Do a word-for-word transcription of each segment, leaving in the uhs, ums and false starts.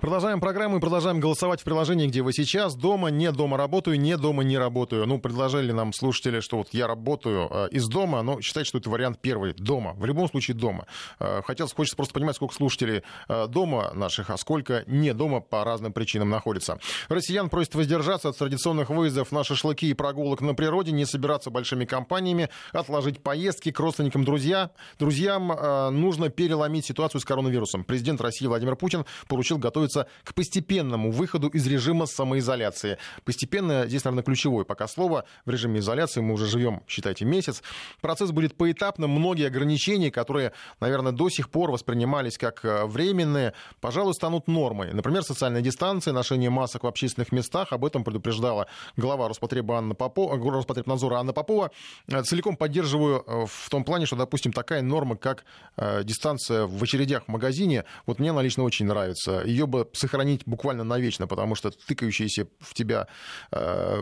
Продолжаем программу и продолжаем голосовать в приложении, где вы сейчас. Дома, не дома работаю, не дома не работаю. Ну, предложили нам слушатели, что вот я работаю э, из дома, но считайте, что это вариант первый. Дома. В любом случае дома. Э, хотелось, хочется просто понимать, сколько слушателей э, дома наших, а сколько не дома по разным причинам находится. Россиян просят воздержаться от традиционных выездов на шашлыки и прогулок на природе, не собираться большими компаниями, отложить поездки к родственникам, друзья. друзьям. Э, нужно переломить ситуацию с коронавирусом. Президент России Владимир Путин поручил готовиться к постепенному выходу из режима самоизоляции. Постепенно, здесь, наверное, ключевое пока слово. В режиме изоляции мы уже живем, считайте, месяц. Процесс будет поэтапным. Многие ограничения, которые, наверное, до сих пор воспринимались как временные, пожалуй, станут нормой. Например, социальная дистанция, ношение масок в общественных местах. Об этом предупреждала глава Роспотреба Анна Попова, Роспотребнадзора Анна Попова. Целиком поддерживаю в том плане, что, допустим, такая норма, как дистанция в очередях в магазине, вот мне она лично очень нравится. Ее бы сохранить буквально навечно, потому что тыкающиеся в тебя э,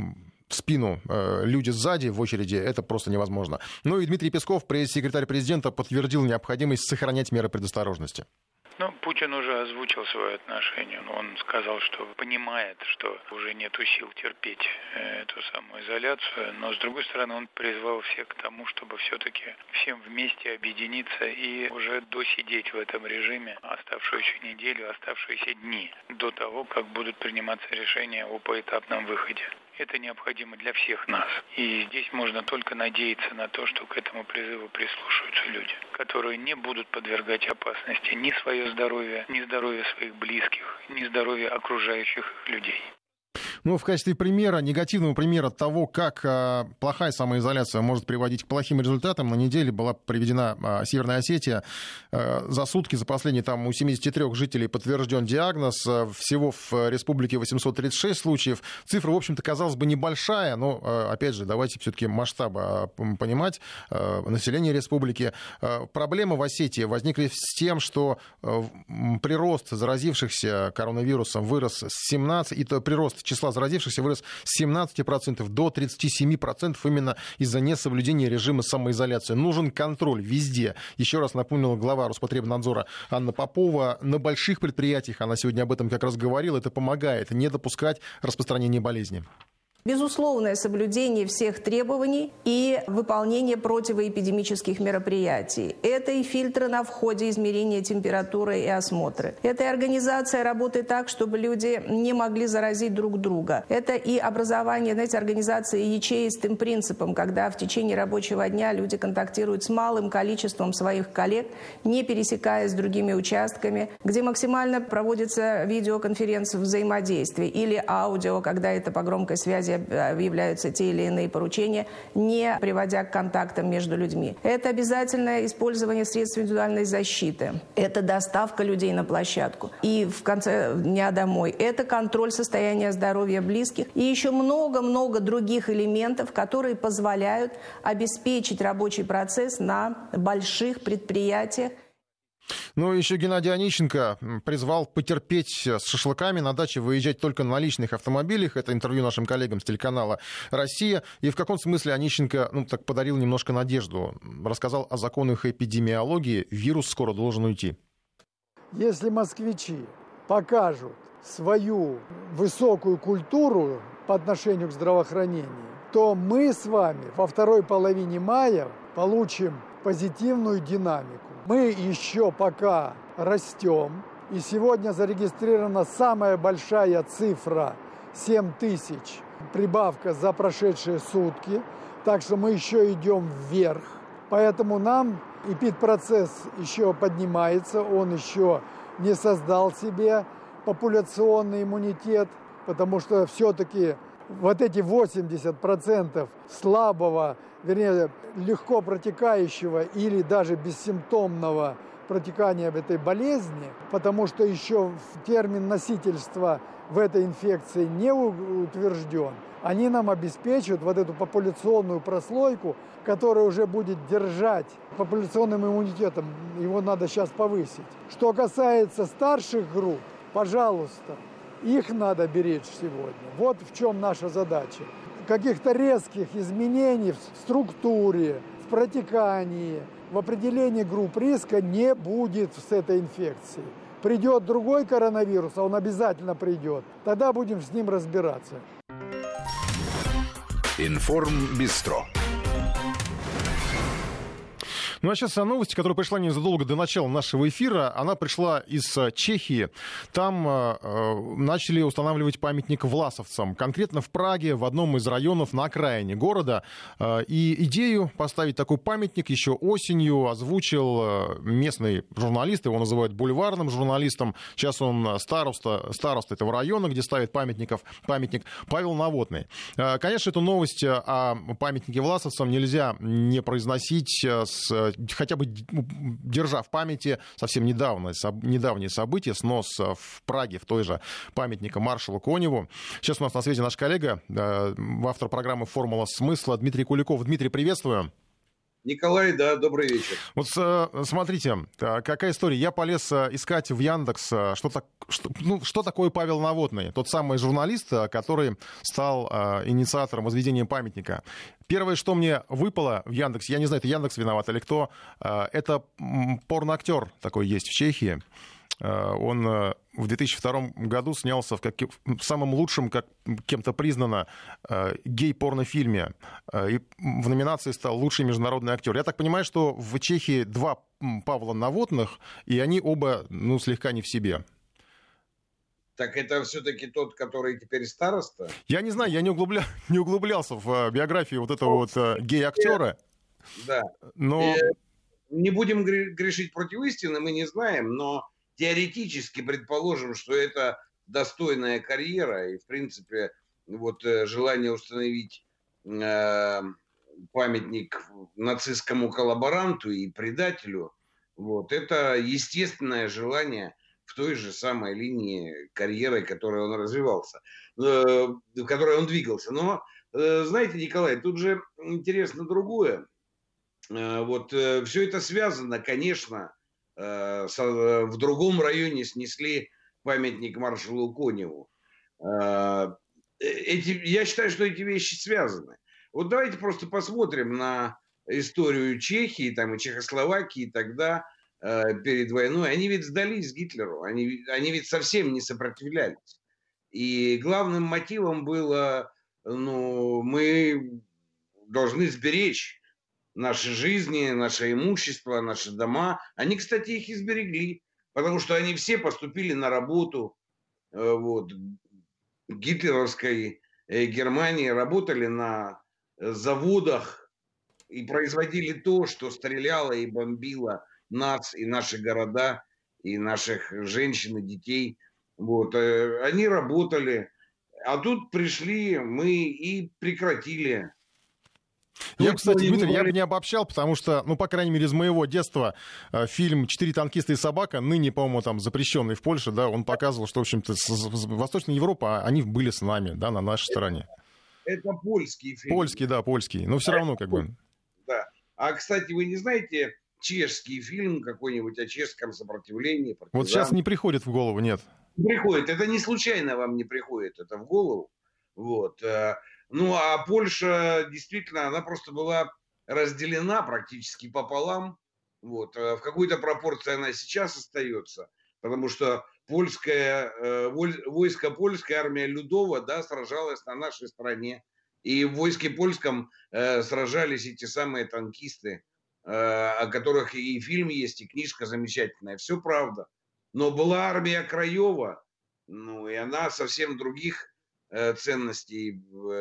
в спину э, люди сзади в очереди, это просто невозможно. Ну и Дмитрий Песков, пресс-секретарь президента, подтвердил необходимость сохранять меры предосторожности. Ну, Путин уже озвучил свое отношение. Он сказал, что понимает, что уже нету сил терпеть эту самую изоляцию, но, с другой стороны, он призвал всех к тому, чтобы все-таки всем вместе объединиться и уже досидеть в этом режиме оставшуюся неделю, оставшиеся дни, до того, как будут приниматься решения о поэтапном выходе. Это необходимо для всех нас. И здесь можно только надеяться на то, что к этому призыву прислушаются люди, которые не будут подвергать опасности ни свое здоровье, ни здоровье своих близких, ни здоровье окружающих их людей. Ну, в качестве примера, негативного примера того, как э, плохая самоизоляция может приводить к плохим результатам, на неделе была приведена э, Северная Осетия. Э, за сутки, за последние, там у семидесяти трёх жителей подтвержден диагноз. Э, всего в республике восемьсот тридцать шесть случаев. Цифра, в общем-то, казалось бы, небольшая, но, э, опять же, давайте все-таки масштабы э, понимать. Э, население республики. Э, проблемы в Осетии возникли с тем, что э, прирост заразившихся коронавирусом вырос с семнадцати, и то прирост числа заразившихся вырос с семнадцати процентов до тридцати семи процентов именно из-за несоблюдения режима самоизоляции. Нужен контроль везде. Еще раз напомнила глава Роспотребнадзора Анна Попова. На больших предприятиях, она сегодня об этом как раз говорила, это помогает не допускать распространения болезни. Безусловное соблюдение всех требований и выполнение противоэпидемических мероприятий. Это и фильтры на входе, измерение температуры и осмотры. Это и организация работы так, чтобы люди не могли заразить друг друга. Это и образование, знаете, организации ячеистым принципом, когда в течение рабочего дня люди контактируют с малым количеством своих коллег, не пересекаясь с другими участками, где максимально проводится видеоконференция взаимодействия или аудио, когда это по громкой связи объявляются те или иные поручения, не приводя к контактам между людьми. Это обязательное использование средств индивидуальной защиты. Это доставка людей на площадку и в конце дня домой. Это контроль состояния здоровья близких и еще много-много других элементов, которые позволяют обеспечить рабочий процесс на больших предприятиях. Ну, еще Геннадий Онищенко призвал потерпеть с шашлыками, на даче выезжать только на личных автомобилях. Это интервью нашим коллегам с телеканала «Россия». И в каком смысле Онищенко, ну, так подарил немножко надежду. Рассказал о законах эпидемиологии. Вирус скоро должен уйти. Если москвичи покажут свою высокую культуру по отношению к здравоохранению, то мы с вами во второй половине мая получим позитивную динамику. Мы еще пока растем, и сегодня зарегистрирована самая большая цифра – семь тысяч, прибавка за прошедшие сутки, так что мы еще идем вверх. Поэтому нам эпидпроцесс еще поднимается, он еще не создал себе популяционный иммунитет, потому что все-таки вот эти восемьдесят процентов слабого, вернее, легко протекающего или даже бессимптомного протекания этой болезни, потому что еще термин носительства в этой инфекции не утвержден, они нам обеспечивают вот эту популяционную прослойку, которая уже будет держать популяционным иммунитетом, его надо сейчас повысить. Что касается старших групп, пожалуйста, их надо беречь сегодня. Вот в чем наша задача. Каких-то резких изменений в структуре, в протекании, в определении групп риска не будет с этой инфекцией. Придет другой коронавирус, а он обязательно придет. Тогда будем с ним разбираться. Информбистро. Ну а сейчас новость, которая пришла незадолго до начала нашего эфира. Она пришла из Чехии. Там э, начали устанавливать памятник власовцам. Конкретно в Праге, в одном из районов на окраине города. Э, и идею поставить такой памятник еще осенью озвучил местный журналист. Его называют бульварным журналистом. Сейчас он староста, староста этого района, где ставят памятников, памятник Павел Новотный. Э, конечно, эту новость о памятнике власовцам нельзя не произносить с хотя бы держа в памяти совсем недавно, недавние события, снос в Праге, в той же памятника маршалу Коневу. Сейчас у нас на связи наш коллега, автор программы «Формула смысла» Дмитрий Куликов. Дмитрий, приветствую. Николай, да, добрый вечер. Вот смотрите, какая история. Я полез искать в Яндекс, что, так, что, ну, что такое Павел Новотный, тот самый журналист, который стал инициатором возведения памятника. Первое, что мне выпало в Яндексе, я не знаю, это Яндекс виноват или кто, это порноактер такой есть в Чехии. Он в две тысячи втором году снялся в, как, в самом лучшем, как кем-то признано, гей-порнофильме. И в номинации стал лучший международный актер. Я так понимаю, что в Чехии два Павла Новотных, и они оба, ну, слегка не в себе. Так это все-таки тот, который теперь староста? Я не знаю, я не, углубля... не углублялся в биографию вот этого вот гей-актера. Да. Но... Не будем грешить против истины, мы не знаем, но теоретически предположим, что это достойная карьера, и, в принципе, вот желание установить э, памятник нацистскому коллаборанту и предателю, вот, это естественное желание в той же самой линии карьеры, которой он развивался, э, в которой он двигался. Но, э, знаете, Николай, тут же интересно другое. Э, вот э, все это связано, конечно, в другом районе снесли памятник маршалу Коневу. Эти, я считаю, что эти вещи связаны. Вот давайте просто посмотрим на историю Чехии там, и Чехословакии тогда, перед войной. Они ведь сдались Гитлеру, они, они ведь совсем не сопротивлялись. И главным мотивом было, ну, мы должны сберечь наши жизни, наше имущество, наши дома. Они, кстати, их и сберегли, потому что они все поступили на работу вот, гитлеровской Германии, работали на заводах и производили то, что стреляло и бомбило нас, и наши города, и наших женщин и детей. Вот. Они работали, а тут пришли мы и прекратили. Я, кстати, Дмитрий, я бы не обобщал, потому что, ну, по крайней мере, из моего детства фильм «Четыре танкиста и собака», ныне, по-моему, там запрещенный в Польше, да, он показывал, что, в общем-то, Восточная Европа, они были с нами, да, на нашей стороне. Это польский фильм. Польский, да, польский, но все равно как бы. Да. А, кстати, вы не знаете чешский фильм какой-нибудь о чешском сопротивлении? Партизан? Вот сейчас не приходит в голову, нет. Не приходит, это не случайно вам не приходит, это в голову, вот. Ну, а Польша, действительно, она просто была разделена практически пополам. Вот. В какой-то пропорции она сейчас остается, потому что польская, войско польская, армия Людова, да, сражалась на нашей стороне. И в войске польском э, сражались эти самые танкисты, э, о которых и фильм есть, и книжка замечательная. Все правда. Но была армия Краева, ну, и она совсем других ценностей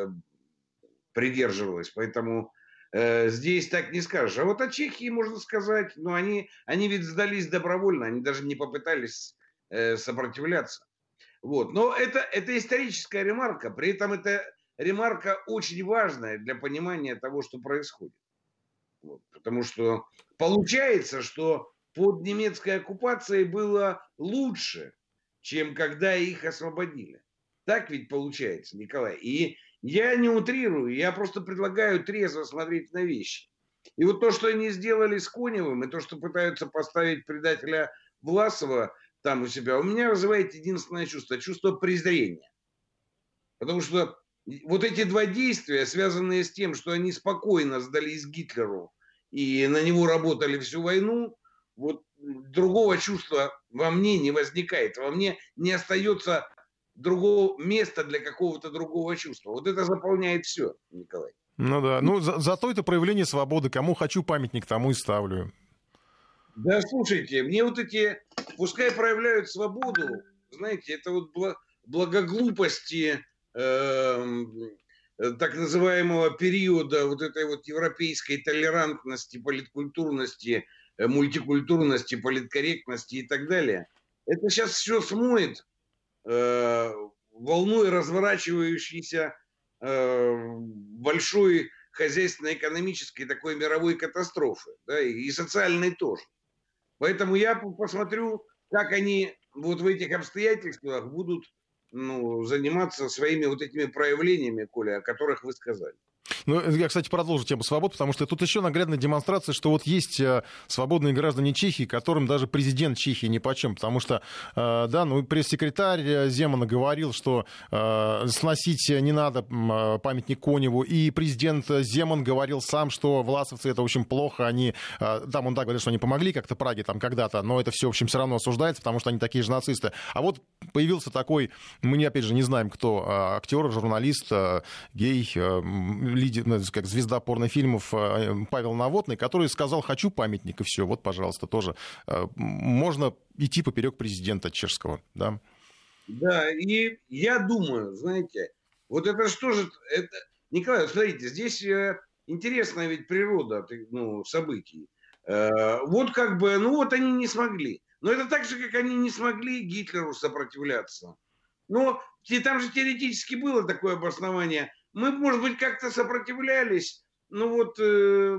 придерживалась, поэтому э, здесь так не скажешь. А вот о Чехии можно сказать, ну они, они ведь сдались добровольно, они даже не попытались э, сопротивляться. Вот. Но это, это историческая ремарка, при этом это ремарка очень важная для понимания того, что происходит. Вот. Потому что получается, что под немецкой оккупацией было лучше, чем когда их освободили. Так ведь получается, Николай. И я не утрирую, я просто предлагаю трезво смотреть на вещи. И вот то, что они сделали с Коневым, и то, что пытаются поставить предателя Власова там у себя, у меня вызывает единственное чувство, чувство презрения. Потому что вот эти два действия, связанные с тем, что они спокойно сдались Гитлеру и на него работали всю войну, вот другого чувства во мне не возникает, во мне не остается другого места для какого-то другого чувства. Вот это заполняет все, Николай. Ну да, ну за, зато это проявление свободы. Кому хочу памятник, тому и ставлю. Да, слушайте, мне вот эти, пускай проявляют свободу, знаете, это вот благоглупости э, так называемого периода вот этой вот европейской толерантности, политкультурности, мультикультурности, политкорректности и так далее. Это сейчас все смоет э, волной разворачивающейся э, большой хозяйственно-экономической такой мировой катастрофы, да, и, и социальной тоже. Поэтому я посмотрю, как они вот в этих обстоятельствах будут, ну, заниматься своими вот этими проявлениями, Коля, о которых вы сказали. Ну, я, кстати, продолжу тему свобод, потому что тут еще наглядная демонстрация, что вот есть свободные граждане Чехии, которым даже президент Чехии нипочем, потому что, да, ну, пресс-секретарь Земана говорил, что сносить не надо памятник Коневу, и президент Земан говорил сам, что власовцы это очень плохо, они, там он так говорит, что они помогли как-то Праге там когда-то, но это все, в общем, все равно осуждается, потому что они такие же нацисты. А вот появился такой, мы, опять же, не знаем, кто, актер, журналист, гей, лидер, как звезда порнофильмов Павел Новотный, который сказал: хочу памятник, и все, вот, пожалуйста, тоже. Можно идти поперек президента чешского, да? Да, и я думаю, знаете, вот это что же, это, Николай, смотрите, здесь интересная ведь природа, ну, событий. Вот как бы, ну вот они не смогли. Но это так же, как они не смогли Гитлеру сопротивляться. Но там же теоретически было такое обоснование. Мы, может быть, как-то сопротивлялись, ну вот э,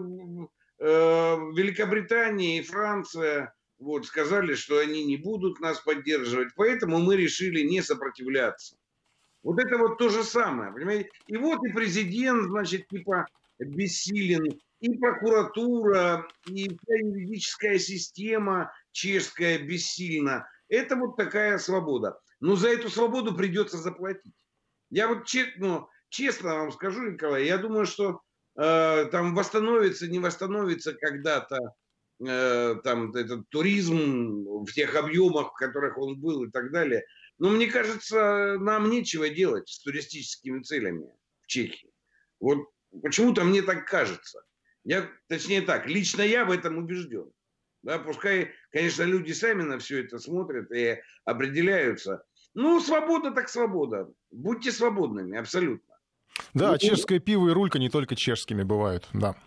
э, Великобритания и Франция вот, сказали, что они не будут нас поддерживать, поэтому мы решили не сопротивляться. Вот это вот то же самое, понимаете? И вот и президент, значит, типа бессилен, и прокуратура, и вся юридическая система чешская бессильна. Это вот такая свобода. Но за эту свободу придется заплатить. Я вот ну, честно вам скажу, Николай, я думаю, что э, там восстановится, не восстановится когда-то э, там этот туризм в тех объемах, в которых он был и так далее. Но мне кажется, нам нечего делать с туристическими целями в Чехии. Вот почему-то мне так кажется. Я, точнее так, лично я в этом убежден. Да, пускай, конечно, люди сами на все это смотрят и определяются. Ну, свобода так свобода. Будьте свободными, абсолютно. Да, ну, чешское пиво и рулька не только чешскими бывают, да.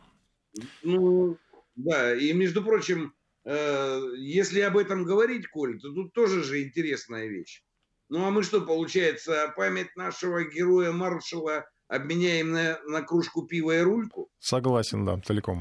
Ну, да, и, между прочим, э, если об этом говорить, Коль, то тут тоже же интересная вещь. Ну, а мы что, получается, память нашего героя-маршала обменяем на, на кружку пива и рульку? Согласен, да, целиком.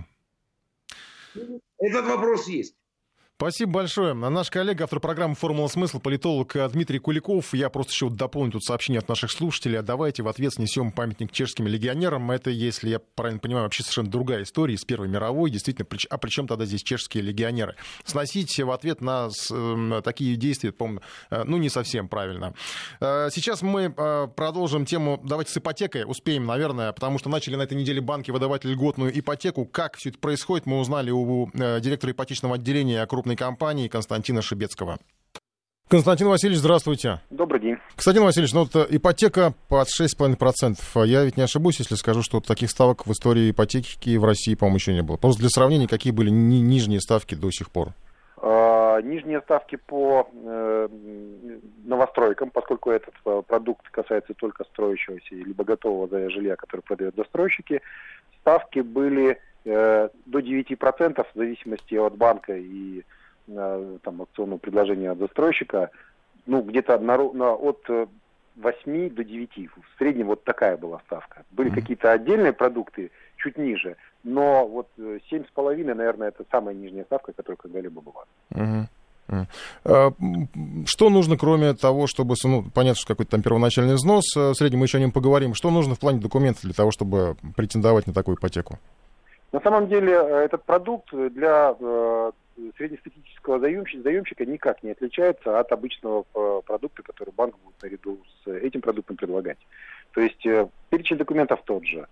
Этот вопрос есть. Спасибо большое. Наш коллега, автор программы «Формула смысла», политолог Дмитрий Куликов. Я просто еще дополню тут сообщение от наших слушателей. А давайте в ответ снесем памятник чешским легионерам. Это, если я правильно понимаю, вообще совершенно другая история из Первой мировой. Действительно, а при чем тогда здесь чешские легионеры? Сносить в ответ на э, такие действия, по-моему, э, ну, не совсем правильно. Э, сейчас мы э, продолжим тему, давайте с ипотекой. Успеем, наверное, потому что начали на этой неделе банки выдавать льготную ипотеку. Как все это происходит, мы узнали у э, директора ипотечного отделения крупной компании Константина Шибецкого. Константин Васильевич, здравствуйте. Добрый день. Константин Васильевич, ну вот ипотека под шесть целых пять десятых процента. Я ведь не ошибусь, если скажу, что таких ставок в истории ипотеки в России, по-моему, еще не было. Просто для сравнения, какие были ни- нижние ставки до сих пор? А, нижние ставки по э, новостройкам, поскольку этот продукт касается только строящегося либо готового жилья, который продают застройщики, ставки были э, до девять процентов в зависимости от банка и там, акционного предложения от застройщика, ну, где-то на, на, от восьми до девяти. В среднем вот такая была ставка. Были mm-hmm. какие-то отдельные продукты чуть ниже, но вот семь с половиной, наверное, это самая нижняя ставка, которая когда-либо была. Mm-hmm. Mm-hmm. Что нужно, кроме того, чтобы, ну, понятно, что какой-то там первоначальный взнос, в среднем мы еще о нем поговорим, что нужно в плане документов для того, чтобы претендовать на такую ипотеку? На самом деле этот продукт для среднестатистического заемщика никак не отличается от обычного продукта, который банк будет наряду с этим продуктом предлагать. То есть перечень документов тот же.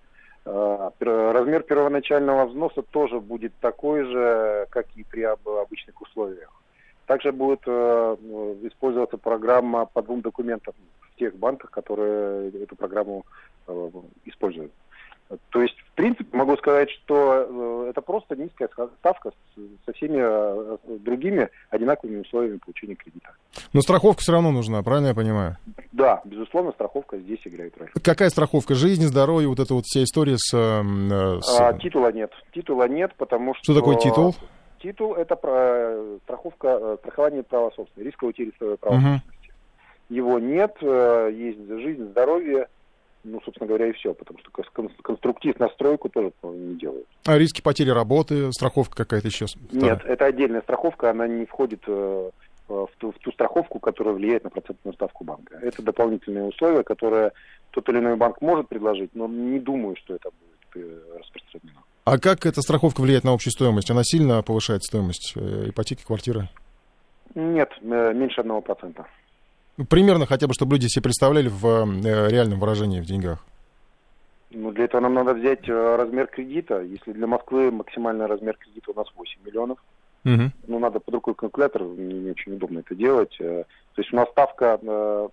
Размер первоначального взноса тоже будет такой же, как и при обычных условиях. Также будет использоваться программа по двум документам в тех банках, которые эту программу используют. То есть, в принципе, могу сказать, что это просто низкая ставка со всеми другими одинаковыми условиями получения кредита. Но страховка все равно нужна, правильно я понимаю? Да, безусловно, страховка здесь играет роль. Какая страховка? Жизнь, здоровье, вот эта вот вся история с... с... А, титула нет. Титула нет, потому что... Что такое титул? Титул – это страховка, страхование права собственности, рисковое территория права угу. собственности. Его нет, есть жизнь, здоровье. Ну, собственно говоря, и все, потому что конструктив на стройку тоже не делают. А риски потери работы, страховка какая-то еще? Нет, это отдельная страховка, она не входит э, в, ту, в ту страховку, которая влияет на процентную ставку банка. Это дополнительные условия, которые тот или иной банк может предложить, но не думаю, что это будет э, распространено. А как эта страховка влияет на общую стоимость? Она сильно повышает стоимость э, ипотеки, квартиры? Нет, э, меньше одного процента. Примерно хотя бы, чтобы люди себе представляли в э, реальном выражении в деньгах. Ну, для этого нам надо взять э, размер кредита. Если для Москвы максимальный размер кредита у нас восемь миллионов, угу. ну, надо под рукой калькулятор, мне не очень удобно это делать. Э, то есть у нас ставка, э,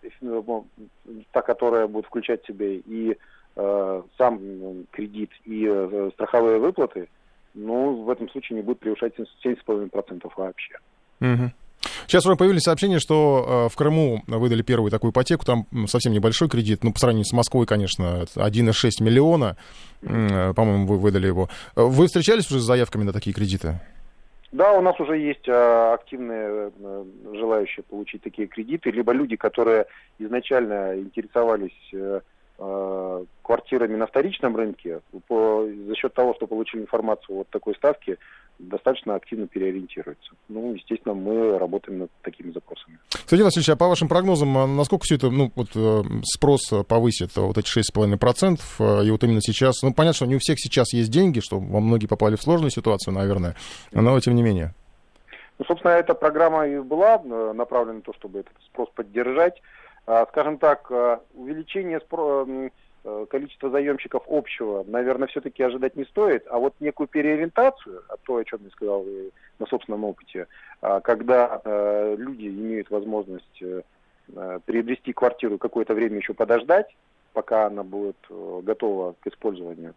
та, которая будет включать в себя и э, сам кредит, и э, страховые выплаты, ну, в этом случае не будет превышать семь целых пять десятых процента вообще. Угу. Сейчас уже появились сообщения, что э, в Крыму выдали первую такую ипотеку, там совсем небольшой кредит, ну, по сравнению с Москвой, конечно, один целых шесть десятых миллиона, э, по-моему, вы выдали его. Вы встречались уже с заявками на такие кредиты? Да, у нас уже есть э, активные э, желающие получить такие кредиты, либо люди, которые изначально интересовались э, э, квартирами на вторичном рынке, по, за счет того, что получили информацию от такой ставки, достаточно активно переориентируются. Ну, естественно, мы работаем над такими запросами. Сергей Васильевич, а по вашим прогнозам, насколько все это, ну, вот спрос повысит, вот эти шесть целых пять десятых процента, и вот именно сейчас, ну, понятно, что не у всех сейчас есть деньги, что во многие попали в сложную ситуацию, наверное, но тем не менее. Ну, собственно, эта программа и была направлена на то, чтобы этот спрос поддержать. Скажем так, увеличение спроса, количество заемщиков общего, наверное, все-таки ожидать не стоит, а вот некую переориентацию, а то, о чем я сказал на собственном опыте, когда люди имеют возможность приобрести квартиру, какое-то время еще подождать, пока она будет готова к использованию,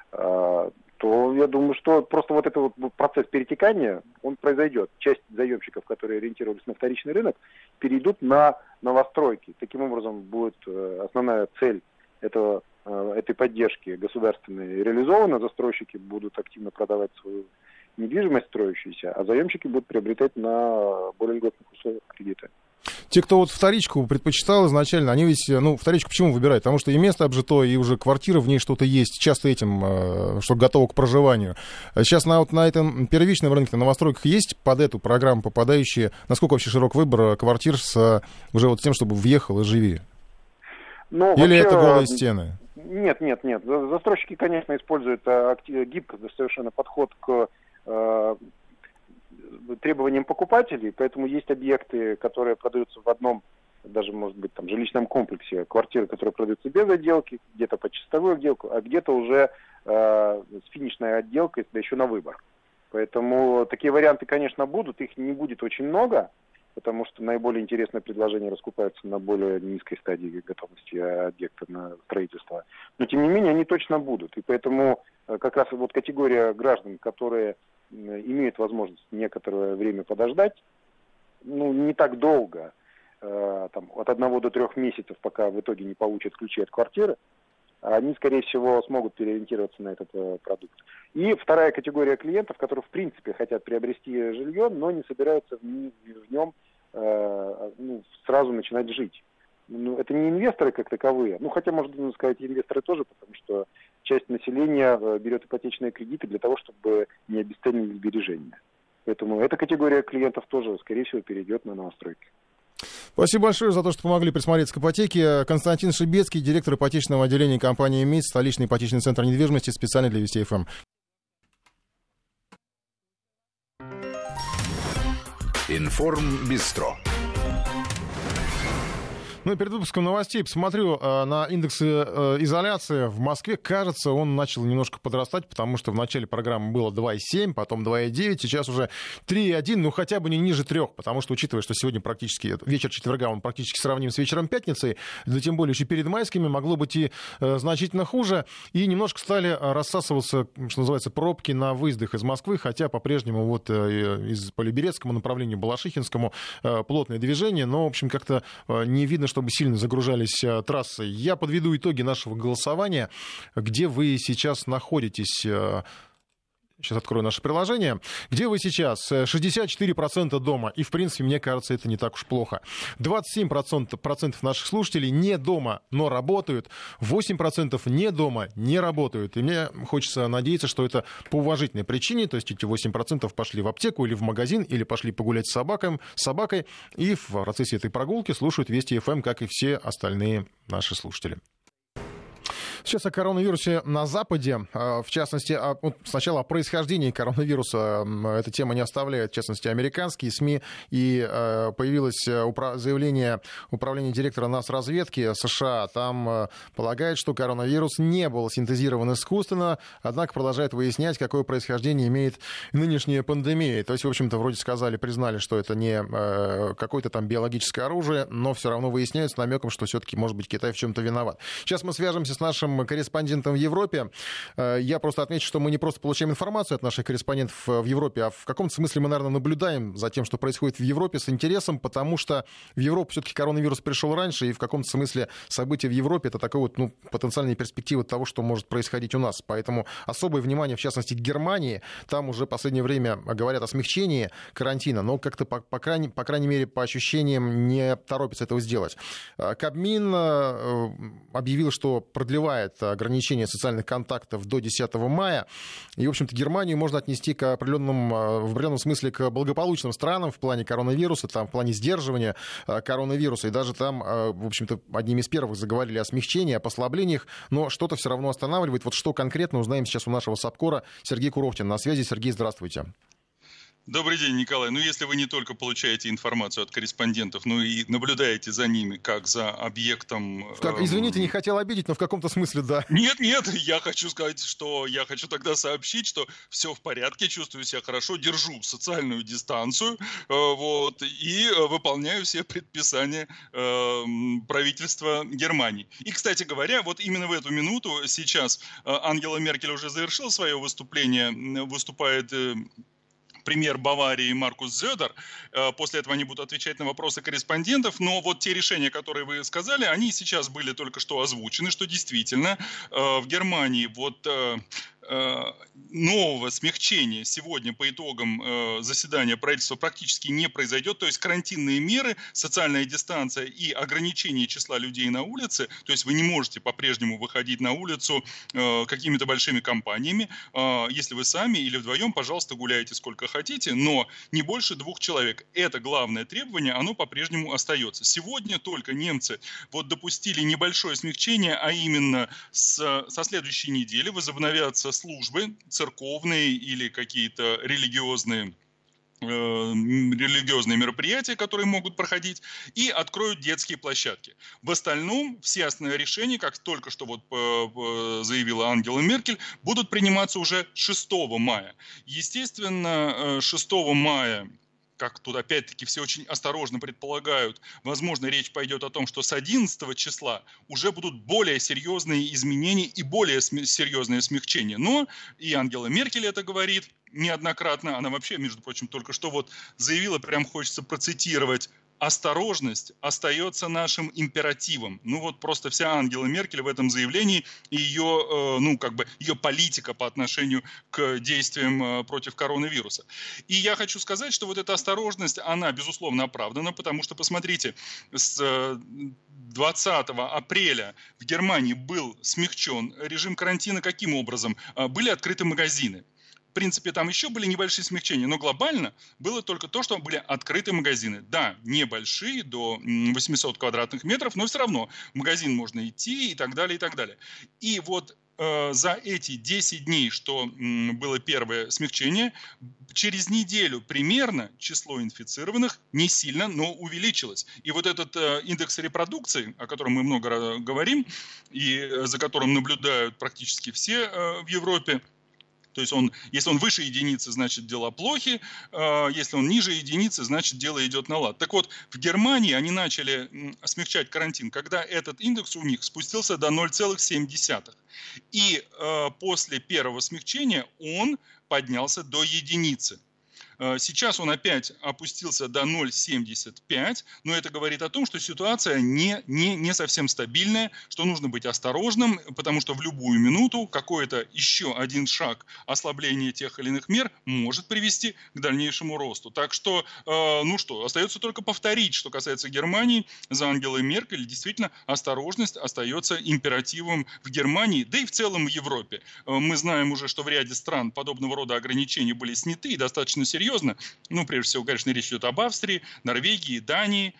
то я думаю, что просто вот этот вот процесс перетекания, он произойдет. Часть заемщиков, которые ориентировались на вторичный рынок, перейдут на новостройки. Таким образом, будет основная цель этого, этой поддержки государственной реализована, застройщики будут активно продавать свою недвижимость строящуюся, а заемщики будут приобретать на более льготных условиях кредиты. Те, кто вот вторичку предпочитал изначально, они ведь, ну, вторичку почему выбирают? Потому что и место обжитое, и уже квартира, в ней что-то есть, часто этим, что готово к проживанию. Сейчас на, вот на этом первичном рынке, на новостройках есть под эту программу попадающие, насколько вообще широк выбор квартир с уже вот тем, чтобы въехал и живи? Ну, или вообще, это голые стены? Нет, нет, нет. Застройщики, конечно, используют гибко совершенно подход к э, требованиям покупателей, поэтому есть объекты, которые продаются в одном, даже, может быть, там, жилищном комплексе, квартиры, которые продаются без отделки, где-то под чистовую отделку, а где-то уже э, с финишной отделкой, да еще на выбор. Поэтому такие варианты, конечно, будут, их не будет очень много, потому что наиболее интересные предложения раскупаются на более низкой стадии готовности объекта на строительство. Но, тем не менее, они точно будут. И поэтому как раз вот категория граждан, которые имеют возможность некоторое время подождать, ну, не так долго, э, там, от одного до трех месяцев, пока в итоге не получат ключи от квартиры, они, скорее всего, смогут переориентироваться на этот э, продукт. И вторая категория клиентов, которые, в принципе, хотят приобрести жилье, но не собираются в, в нем э, ну, сразу начинать жить. Ну, это не инвесторы как таковые, ну, хотя, можно сказать, инвесторы тоже, потому что часть населения берет ипотечные кредиты для того, чтобы не обесценить сбережения. Поэтому эта категория клиентов тоже, скорее всего, перейдет на новостройки. Спасибо большое за то, что помогли присмотреться к ипотеке. Константин Шибецкий, директор ипотечного отделения компании МИД, столичный ипотечный центр недвижимости, специально для Вести эф эм. Информбистро. Ну, перед выпуском новостей посмотрю э, на индекс э, изоляции в Москве. Кажется, он начал немножко подрастать, потому что в начале программы было два и семь, потом два и девять, сейчас уже три и один, ну хотя бы не ниже трех, потому что, учитывая, что сегодня практически вечер четверга, он практически сравним с вечером пятницы, да тем более еще перед майскими, могло быть и э, значительно хуже. И немножко стали рассасываться, что называется, пробки на выездах из Москвы, хотя по-прежнему вот э, из по Люберецкому направлению, Балашихинскому э, плотное движение, но, в общем, как-то э, не видно, чтобы сильно загружались а, трассы. Я подведу итоги нашего голосования. Где вы сейчас находитесь? Сейчас открою наше приложение. Где вы сейчас? шестьдесят четыре процента дома. И, в принципе, мне кажется, это не так уж плохо. двадцать семь процентов наших слушателей не дома, но работают. восемь процентов не дома, не работают. И мне хочется надеяться, что это по уважительной причине. То есть эти восемь процентов пошли в аптеку или в магазин, или пошли погулять с собакой, с собакой. И в процессе этой прогулки слушают Вести эф эм, как и все остальные наши слушатели. Сейчас о коронавирусе на Западе, в частности, о, вот сначала о происхождении коронавируса. Эта тема не оставляет, в частности, американские СМИ. И появилось заявление управления директора Нацразведки США. Там полагает, что коронавирус не был синтезирован искусственно, однако продолжает выяснять, какое происхождение имеет нынешняя пандемия. То есть, в общем-то, вроде сказали, признали, что это не какое-то там биологическое оружие, но все равно выясняют с намеком, что все-таки, может быть, Китай в чем-то виноват. Сейчас мы свяжемся с нашим корреспондентом в Европе. Я просто отмечу, что мы не просто получаем информацию от наших корреспондентов в Европе, а в каком-то смысле мы, наверное, наблюдаем за тем, что происходит в Европе с интересом, потому что в Европу все-таки коронавирус пришел раньше, и в каком-то смысле события в Европе — это такой вот, ну, потенциальная перспектива того, что может происходить у нас. Поэтому особое внимание, в частности, к Германии. Там уже в последнее время говорят о смягчении карантина, но как-то, по, по, крайней, по крайней мере, по ощущениям, не торопится этого сделать. Кабмин объявил, что продлевает ограничение социальных контактов до десятого мая. И, в общем-то, Германию можно отнести к определенным, в определенном смысле к благополучным странам в плане коронавируса, там, в плане сдерживания коронавируса. И даже там, в общем-то, одними из первых заговорили о смягчении, о послаблениях, но что-то все равно останавливает. Вот что конкретно, узнаем сейчас у нашего САПКОРа. Сергей Куровтин на связи. Сергей, здравствуйте. Добрый день, Николай. Ну, если вы не только получаете информацию от корреспондентов, но и наблюдаете за ними, как за объектом... Как, извините, не хотел обидеть, но в каком-то смысле да. Нет, нет, я хочу сказать, что я хочу тогда сообщить, что все в порядке, чувствую себя хорошо, держу социальную дистанцию, вот, и выполняю все предписания правительства Германии. И, кстати говоря, вот именно в эту минуту сейчас Ангела Меркель уже завершила свое выступление, выступает... премьер Баварии Маркус Зёдер. После этого они будут отвечать на вопросы корреспондентов. Но вот те решения, которые вы сказали, они сейчас были только что озвучены, что действительно в Германии вот нового смягчения сегодня по итогам заседания правительства практически не произойдет. То есть карантинные меры, социальная дистанция и ограничение числа людей на улице, то есть вы не можете по-прежнему выходить на улицу какими-то большими компаниями. Если вы сами или вдвоем, пожалуйста, гуляйте сколько хотите, но не больше двух человек. Это главное требование, оно по-прежнему остается. Сегодня только немцы вот допустили небольшое смягчение, а именно с, со следующей недели возобновятся службы церковные или какие-то религиозные религиозные мероприятия, которые могут проходить, и откроют детские площадки. В остальном все основные решения, как только что вот заявила Ангела Меркель, будут приниматься уже шестого мая. Естественно, шестого мая, как тут опять-таки все очень осторожно предполагают, возможно, речь пойдет о том, что с одиннадцатого числа уже будут более серьезные изменения и более серьезные смягчения. Но и Ангела Меркель это говорит неоднократно. Она вообще, между прочим, только что вот заявила, прям хочется процитировать: осторожность остается нашим императивом. Ну вот просто вся Ангела Меркель в этом заявлении и ее, э, ну как бы ее политика по отношению к действиям э, против коронавируса. И я хочу сказать, что вот эта осторожность, она безусловно оправдана, потому что, посмотрите, с э, двадцатого апреля в Германии был смягчен режим карантина. Каким образом? Э, были открыты магазины. В принципе, там еще были небольшие смягчения, но глобально было только то, что были открыты магазины. Да, небольшие, до восьмисот квадратных метров, но все равно в магазин можно идти и так далее, и так далее. И вот за эти десять дней, что было первое смягчение, через неделю примерно число инфицированных не сильно, но увеличилось. И вот этот индекс репродукции, о котором мы много говорим, и за которым наблюдают практически все в Европе, то есть он, если он выше единицы, значит дела плохи, если он ниже единицы, значит дело идет на лад. Так вот, в Германии они начали смягчать карантин, когда этот индекс у них спустился до ноль целых семь десятых. И после первого смягчения он поднялся до единицы. Сейчас он опять опустился до ноль целых семьдесят пять, но это говорит о том, что ситуация не, не, не совсем стабильная, что нужно быть осторожным, потому что в любую минуту какой-то еще один шаг ослабления тех или иных мер может привести к дальнейшему росту. Так что, э, ну что, остается только повторить, что касается Германии, за Ангелой Меркель действительно осторожность остается императивом в Германии, да и в целом в Европе. Мы знаем уже, что в ряде стран подобного рода ограничения были сняты и достаточно серьезно. Ну, прежде всего, конечно, речь идет об Австрии, Норвегии, Дании,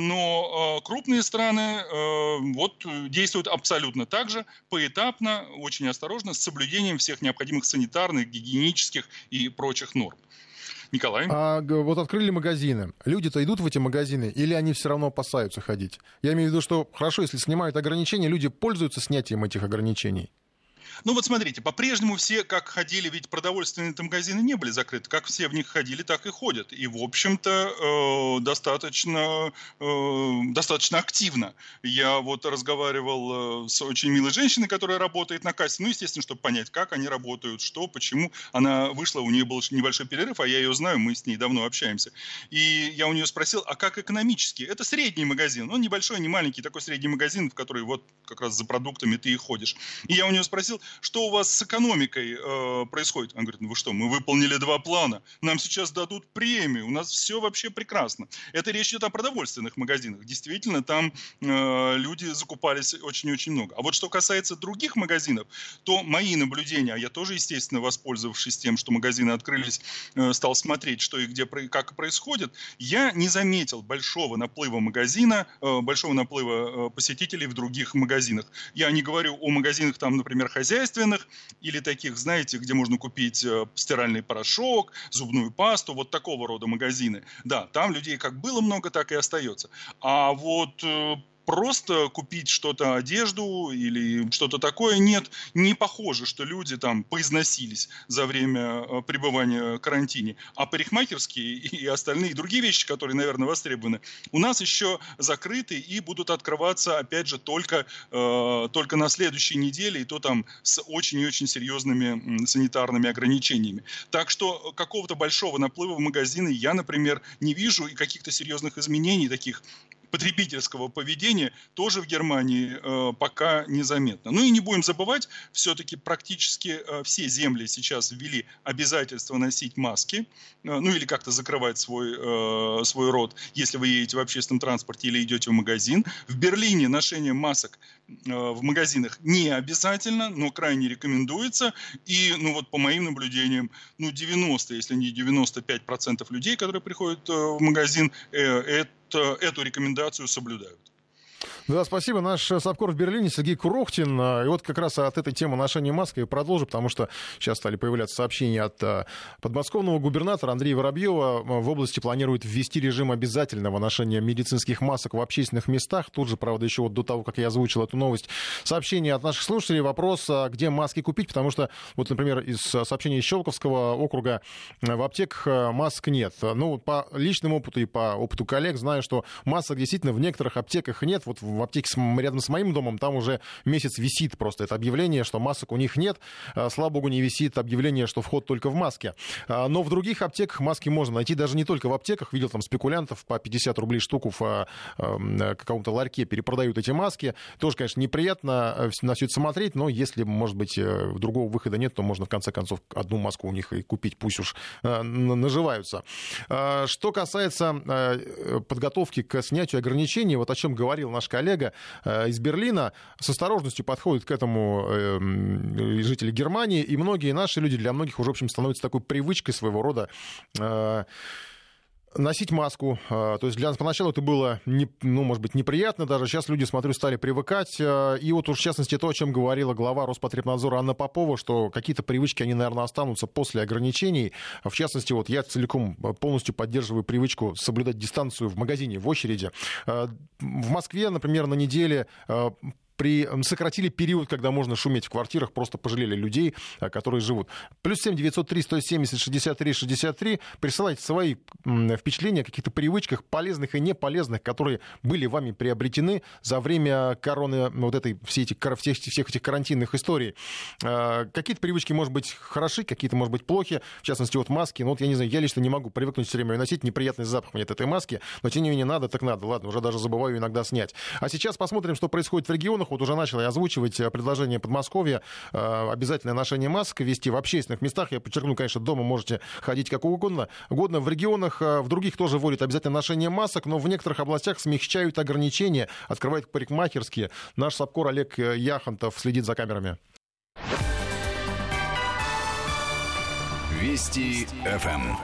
но э, крупные страны э, вот, действуют абсолютно так же, поэтапно, очень осторожно, с соблюдением всех необходимых санитарных, гигиенических и прочих норм. Николай? А вот открыли магазины. Люди-то идут в эти магазины или они все равно опасаются ходить? Я имею в виду, что хорошо, если снимают ограничения, люди пользуются снятием этих ограничений. Ну вот смотрите, по-прежнему все, как ходили, ведь продовольственные магазины не были закрыты, как все в них ходили, так и ходят. И, в общем-то, э, достаточно, э, достаточно активно. Я вот разговаривал э, с очень милой женщиной, которая работает на кассе, ну, естественно, чтобы понять, как они работают, что, почему. Она вышла, у нее был небольшой перерыв, а я ее знаю, мы с ней давно общаемся. И я у нее спросил, а как экономически? Это средний магазин, он небольшой, не маленький, такой средний магазин, в который вот как раз за продуктами ты и ходишь. И я у нее спросил, что у вас с экономикой э, происходит? Он говорит, ну вы что, мы выполнили два плана, нам сейчас дадут премию, у нас все вообще прекрасно. Это речь идет о продовольственных магазинах. Действительно, там э, люди закупались очень-очень много. А вот что касается других магазинов, то мои наблюдения, а я тоже, естественно, воспользовавшись тем, что магазины открылись, э, стал смотреть, что и где, как происходит, я не заметил большого наплыва магазина, э, большого наплыва э, посетителей в других магазинах. Я не говорю о магазинах, там, например, хозяйственных, или таких, знаете, где можно купить э, стиральный порошок, зубную пасту, вот такого рода магазины. Да, там людей как было много, так и остается. А вот э, просто купить что-то, одежду или что-то такое, нет, не похоже, что люди там поизносились за время э, пребывания в карантине. А парикмахерские и остальные другие вещи, которые, наверное, востребованы, у нас еще закрыты и будут открываться, опять же, только, э, только на следующей неделе, и то там с очень и очень серьезными санитарными ограничениями. Так что какого-то большого наплыва в магазины я, например, не вижу, и каких-то серьезных изменений таких потребительского поведения тоже в Германии э, пока незаметно. Ну и не будем забывать, все-таки практически э, все земли сейчас ввели обязательство носить маски, э, ну или как-то закрывать свой, э, свой рот, если вы едете в общественном транспорте или идете в магазин. В Берлине ношение масок э, в магазинах не обязательно, но крайне рекомендуется. И, ну вот по моим наблюдениям, ну девяносто, если не девяносто пять процентов людей, которые приходят э, в магазин, э, это эту рекомендацию соблюдают. Да, спасибо. Наш СОБКОР в Берлине Сергей Курохтин. И вот как раз от этой темы ношения маски я продолжу, потому что сейчас стали появляться сообщения от подмосковного губернатора Андрея Воробьева. В области планируют ввести режим обязательного ношения медицинских масок в общественных местах. Тут же, правда, еще вот до того, как я озвучил эту новость, сообщение от наших слушателей. Вопрос, где маски купить, потому что, вот, например, из сообщения из Щелковского округа в аптеках масок нет. Ну, по личному опыту и по опыту коллег знаю, что масок действительно в некоторых аптеках нет. Вот в аптеке рядом с моим домом там уже месяц висит просто это объявление, что масок у них нет. Слава богу, не висит объявление, что вход только в маске. Но в других аптеках маски можно найти, даже не только в аптеках. Видел там спекулянтов по пятьдесят рублей штуку в каком-то ларьке перепродают эти маски. Тоже, конечно, неприятно на все это смотреть, но если, может быть, другого выхода нет, то можно в конце концов одну маску у них и купить, пусть уж наживаются. Что касается подготовки к снятию ограничений, вот о чем говорил наш коллега из Берлина, с осторожностью подходят к этому жители Германии, и многие наши люди, для многих уже, в общем, становится такой привычкой своего рода Носить маску. То есть для нас поначалу это было, не, ну, может быть, неприятно даже. Сейчас люди, смотрю, стали привыкать. И вот уж в частности то, о чем говорила глава Роспотребнадзора Анна Попова, что какие-то привычки, они, наверное, останутся после ограничений. В частности, вот я целиком полностью поддерживаю привычку соблюдать дистанцию в магазине, в очереди. В Москве, например, на неделе при... сократили период, когда можно шуметь в квартирах, просто пожалели людей, которые живут. Плюс семь девятьсот три сто семьдесят шестьдесят три шестьдесят три. Присылайте свои впечатления о каких-то привычках, полезных и неполезных, которые были вами приобретены за время короны, вот этой, все эти, всех, всех этих карантинных историй. Какие-то привычки, может быть, хороши, какие-то, может быть, плохи. В частности, вот маски. Ну, вот я не знаю, я лично не могу привыкнуть все время ее носить. Неприятный запах мне от этой маски. Но, тем не менее, надо, так надо. Ладно, уже даже забываю иногда снять. А сейчас посмотрим, что происходит в регионах. Вот уже начал я озвучивать предложение Подмосковья. Обязательное ношение масок вести в общественных местах. Я подчеркну, конечно, дома можете ходить как угодно. Угодно в регионах, в других тоже вводят обязательное ношение масок, но в некоторых областях смягчают ограничения, открывают парикмахерские. Наш САПКОР Олег Яхонтов следит за камерами. Вести эф эм.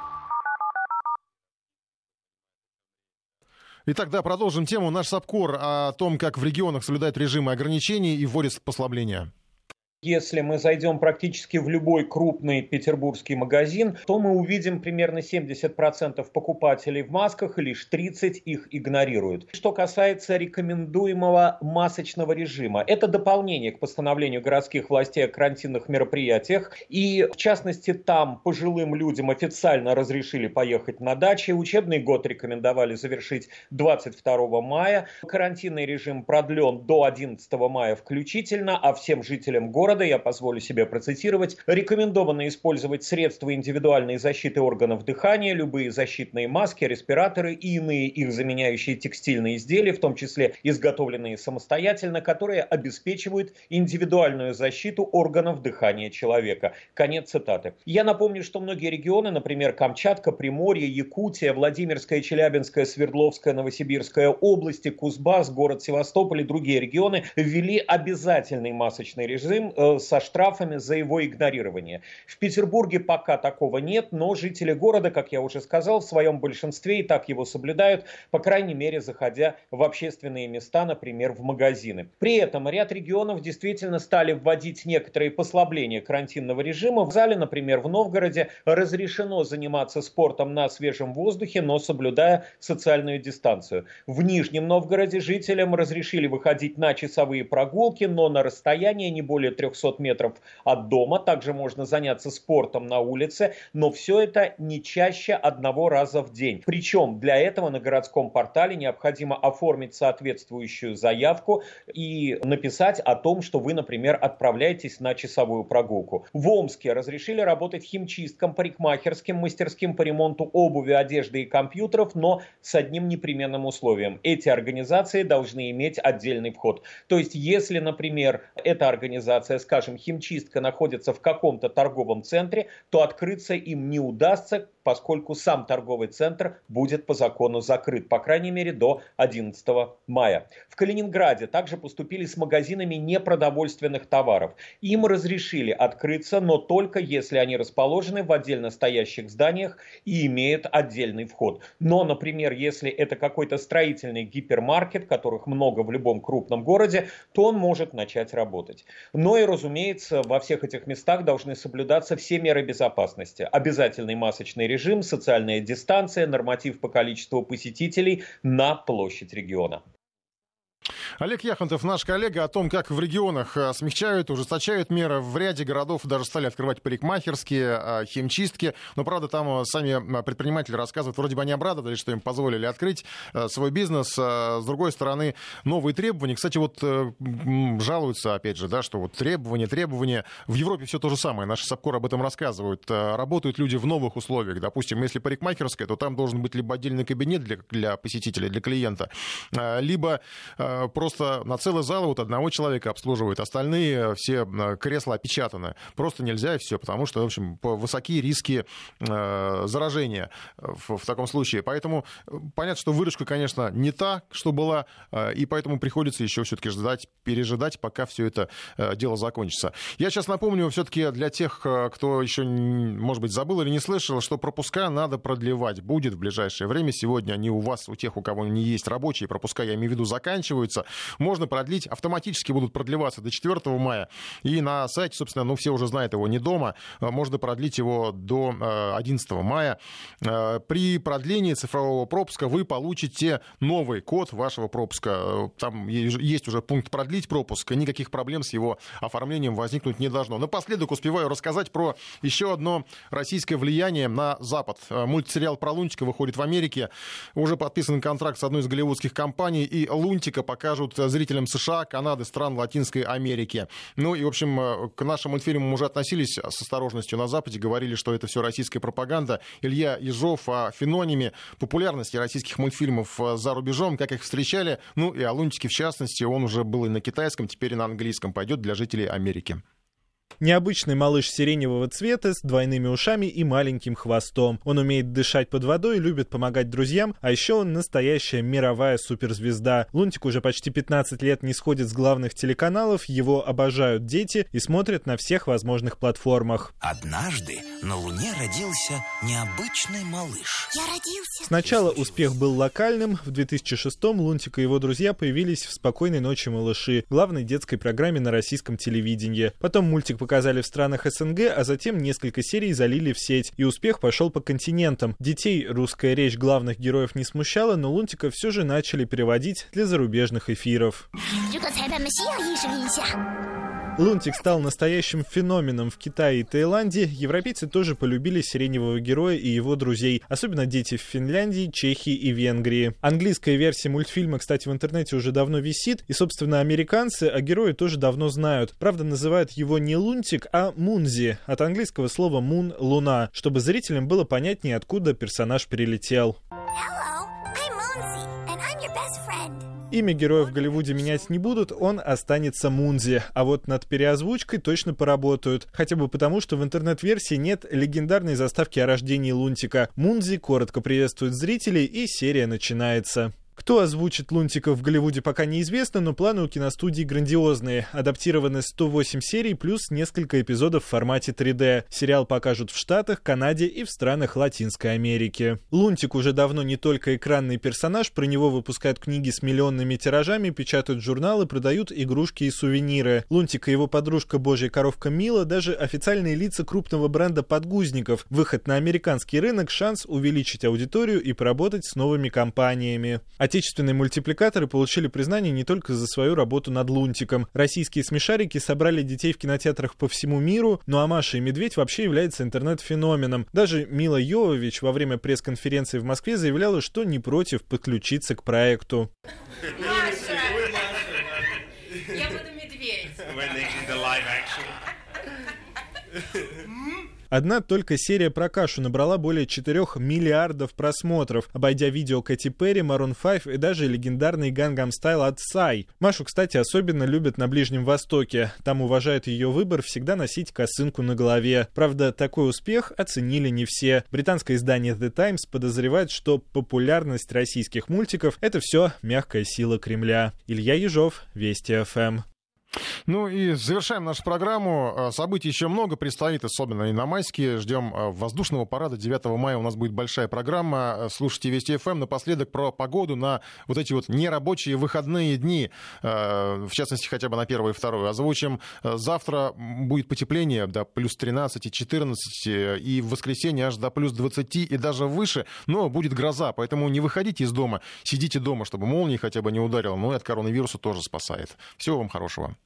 Итак, да, продолжим тему. Наш САПКОР о том, как в регионах соблюдают режимы ограничений и вводят послабления. Если мы зайдем практически в любой крупный петербургский магазин, то мы увидим примерно семьдесят процентов покупателей в масках, и лишь тридцать процентов их игнорируют. Что касается рекомендуемого масочного режима, это дополнение к постановлению городских властей о карантинных мероприятиях. И, в частности, там пожилым людям официально разрешили поехать на дачи. Учебный год рекомендовали завершить двадцать второго мая. Карантинный режим продлен до одиннадцатого мая включительно, а всем жителям города, я позволю себе процитировать, рекомендовано использовать средства индивидуальной защиты органов дыхания, любые защитные маски, респираторы и иные их заменяющие текстильные изделия, в том числе изготовленные самостоятельно, которые обеспечивают индивидуальную защиту органов дыхания человека. Конец цитаты. Я напомню, что многие регионы, например, Камчатка, Приморье, Якутия, Владимирская, Челябинская, Свердловская, Новосибирская области, Кузбасс, город Севастополь и другие регионы ввели обязательный масочный режим со штрафами за его игнорирование. В Петербурге пока такого нет, но жители города, как я уже сказал, в своем большинстве и так его соблюдают, по крайней мере, заходя в общественные места, например, в магазины. При этом ряд регионов действительно стали вводить некоторые послабления карантинного режима. В зале, например, в Новгороде разрешено заниматься спортом на свежем воздухе, но соблюдая социальную дистанцию. В Нижнем Новгороде жителям разрешили выходить на часовые прогулки, но на расстояние не более трехсот метров от дома. Также можно заняться спортом на улице, но все это не чаще одного раза в день. Причем для этого на городском портале необходимо оформить соответствующую заявку и написать о том, что вы, например, отправляетесь на часовую прогулку. В Омске разрешили работать химчисткам, парикмахерским, мастерским по ремонту обуви, одежды и компьютеров, но с одним непременным условием. Эти организации должны иметь отдельный вход. То есть, если, например, эта организация, скажем, химчистка находится в каком-то торговом центре, то открыться им не удастся, поскольку сам торговый центр будет по закону закрыт, по крайней мере, до одиннадцатого мая. В Калининграде также поступили с магазинами непродовольственных товаров. Им разрешили открыться, но только если они расположены в отдельно стоящих зданиях и имеют отдельный вход. Но, например, если это какой-то строительный гипермаркет, которых много в любом крупном городе, то он может начать работать. Но и, разумеется, во всех этих местах должны соблюдаться все меры безопасности. Обязательный масочный режим, социальная дистанция, норматив по количеству посетителей на площадь региона. Олег Яхонтов, наш коллега, о том, как в регионах смягчают, ужесточают меры. В ряде городов даже стали открывать парикмахерские, химчистки. Но, правда, там сами предприниматели рассказывают, вроде бы они обрадовались, что им позволили открыть свой бизнес. С другой стороны, новые требования. Кстати, вот жалуются, опять же, да, что вот требования, требования. В Европе все то же самое. Наши САПКОРы об этом рассказывают. Работают люди в новых условиях. Допустим, если парикмахерская, то там должен быть либо отдельный кабинет для, для посетителя, для клиента, либо просто просто на целый зал вот одного человека обслуживают, остальные все кресла опечатаны. Просто нельзя и все, потому что, в общем, высокие риски э, заражения в, в таком случае. Поэтому понятно, что выручка, конечно, не та, что была, э, и поэтому приходится еще все-таки ждать, пережидать, пока все это э, дело закончится. Я сейчас напомню все-таки для тех, кто еще, может быть, забыл или не слышал, что пропуска надо продлевать. Будет в ближайшее время. Сегодня они у вас, у тех, у кого не есть рабочие пропуска, я имею в виду, заканчиваются. Можно продлить, автоматически будут продлеваться до четвёртого мая. И на сайте, собственно, ну, все уже знают его, не дома, можно продлить его до одиннадцатого мая. При продлении цифрового пропуска вы получите новый код вашего пропуска. Там есть уже пункт «Продлить пропуск», никаких проблем с его оформлением возникнуть не должно. Напоследок успеваю рассказать про еще одно российское влияние на Запад. Мультсериал про Лунтика выходит в Америке. Уже подписан контракт с одной из голливудских компаний, и Лунтика покажут зрителям США, Канады, стран Латинской Америки. Ну и, в общем, к нашим мультфильмам уже относились с осторожностью на Западе, говорили, что это все российская пропаганда. Илья Ежов о феномене популярности российских мультфильмов за рубежом, как их встречали. Ну и о Лунтике, в частности, он уже был и на китайском, теперь и на английском пойдет для жителей Америки. Необычный малыш сиреневого цвета с двойными ушами и маленьким хвостом. Он умеет дышать под водой, любит помогать друзьям, а еще он настоящая мировая суперзвезда. Лунтик уже почти пятнадцать лет не сходит с главных телеканалов, его обожают дети и смотрят на всех возможных платформах. Однажды на Луне родился необычный малыш. Я родился. Сначала успех был локальным. В две тысячи шестом Лунтик и его друзья появились в «Спокойной ночи, малыши», главной детской программе на российском телевидении. Потом мультик показали в странах СНГ, а затем несколько серий залили в сеть, и успех пошел по континентам. Детей русская речь главных героев не смущала, но Лунтика все же начали переводить для зарубежных эфиров. Лунтик стал настоящим феноменом в Китае и Таиланде. Европейцы тоже полюбили сиреневого героя и его друзей, особенно дети в Финляндии, Чехии и Венгрии. Английская версия мультфильма, кстати, в интернете уже давно висит, и, собственно, американцы о герое тоже давно знают. Правда, называют его не Лунтик, а Мунзи, от английского слова «мун» — «луна», чтобы зрителям было понятнее, откуда персонаж прилетел. Имя героя в Голливуде менять не будут, он останется Мунзи. А вот над переозвучкой точно поработают. Хотя бы потому, что в интернет-версии нет легендарной заставки о рождении Лунтика. Мунзи коротко приветствует зрителей, и серия начинается. Кто озвучит Лунтика в Голливуде, пока неизвестно, но планы у киностудии грандиозные. Адаптированы сто восемь серий плюс несколько эпизодов в формате три дэ. Сериал покажут в Штатах, Канаде и в странах Латинской Америки. Лунтик уже давно не только экранный персонаж, про него выпускают книги с миллионными тиражами, печатают журналы, продают игрушки и сувениры. Лунтик и его подружка Божья коровка Мила даже официальные лица крупного бренда подгузников. Выход на американский рынок — шанс увеличить аудиторию и поработать с новыми компаниями. Отечественные мультипликаторы получили признание не только за свою работу над Лунтиком. Российские смешарики собрали детей в кинотеатрах по всему миру, ну а Маша и Медведь вообще является интернет-феноменом. Даже Мила Йовович во время пресс-конференции в Москве заявляла, что не против подключиться к проекту. Маша! Я буду медведь. Одна только серия про кашу набрала более четырёх миллиардов просмотров, обойдя видео Кэти Перри, Maroon пять и даже легендарный Gangnam Style от Psy. Машу, кстати, особенно любят на Ближнем Востоке. Там уважают ее выбор всегда носить косынку на голове. Правда, такой успех оценили не все. Британское издание The Times подозревает, что популярность российских мультиков — это все мягкая сила Кремля. Илья Ежов, Вести эф эм. Ну и завершаем нашу программу. Событий еще много предстоит, особенно и на майские. Ждем воздушного парада. девятого мая у нас будет большая программа. Слушайте Вести эф эм. Напоследок про погоду на вот эти вот нерабочие выходные дни. В частности, хотя бы на первое и второе. Озвучим. Завтра будет потепление до плюс тринадцать и четырнадцать. И в воскресенье аж до плюс двадцать и даже выше. Но будет гроза, поэтому не выходите из дома. Сидите дома, чтобы молния хотя бы не ударила. Ну и от коронавируса тоже спасает. Всего вам хорошего.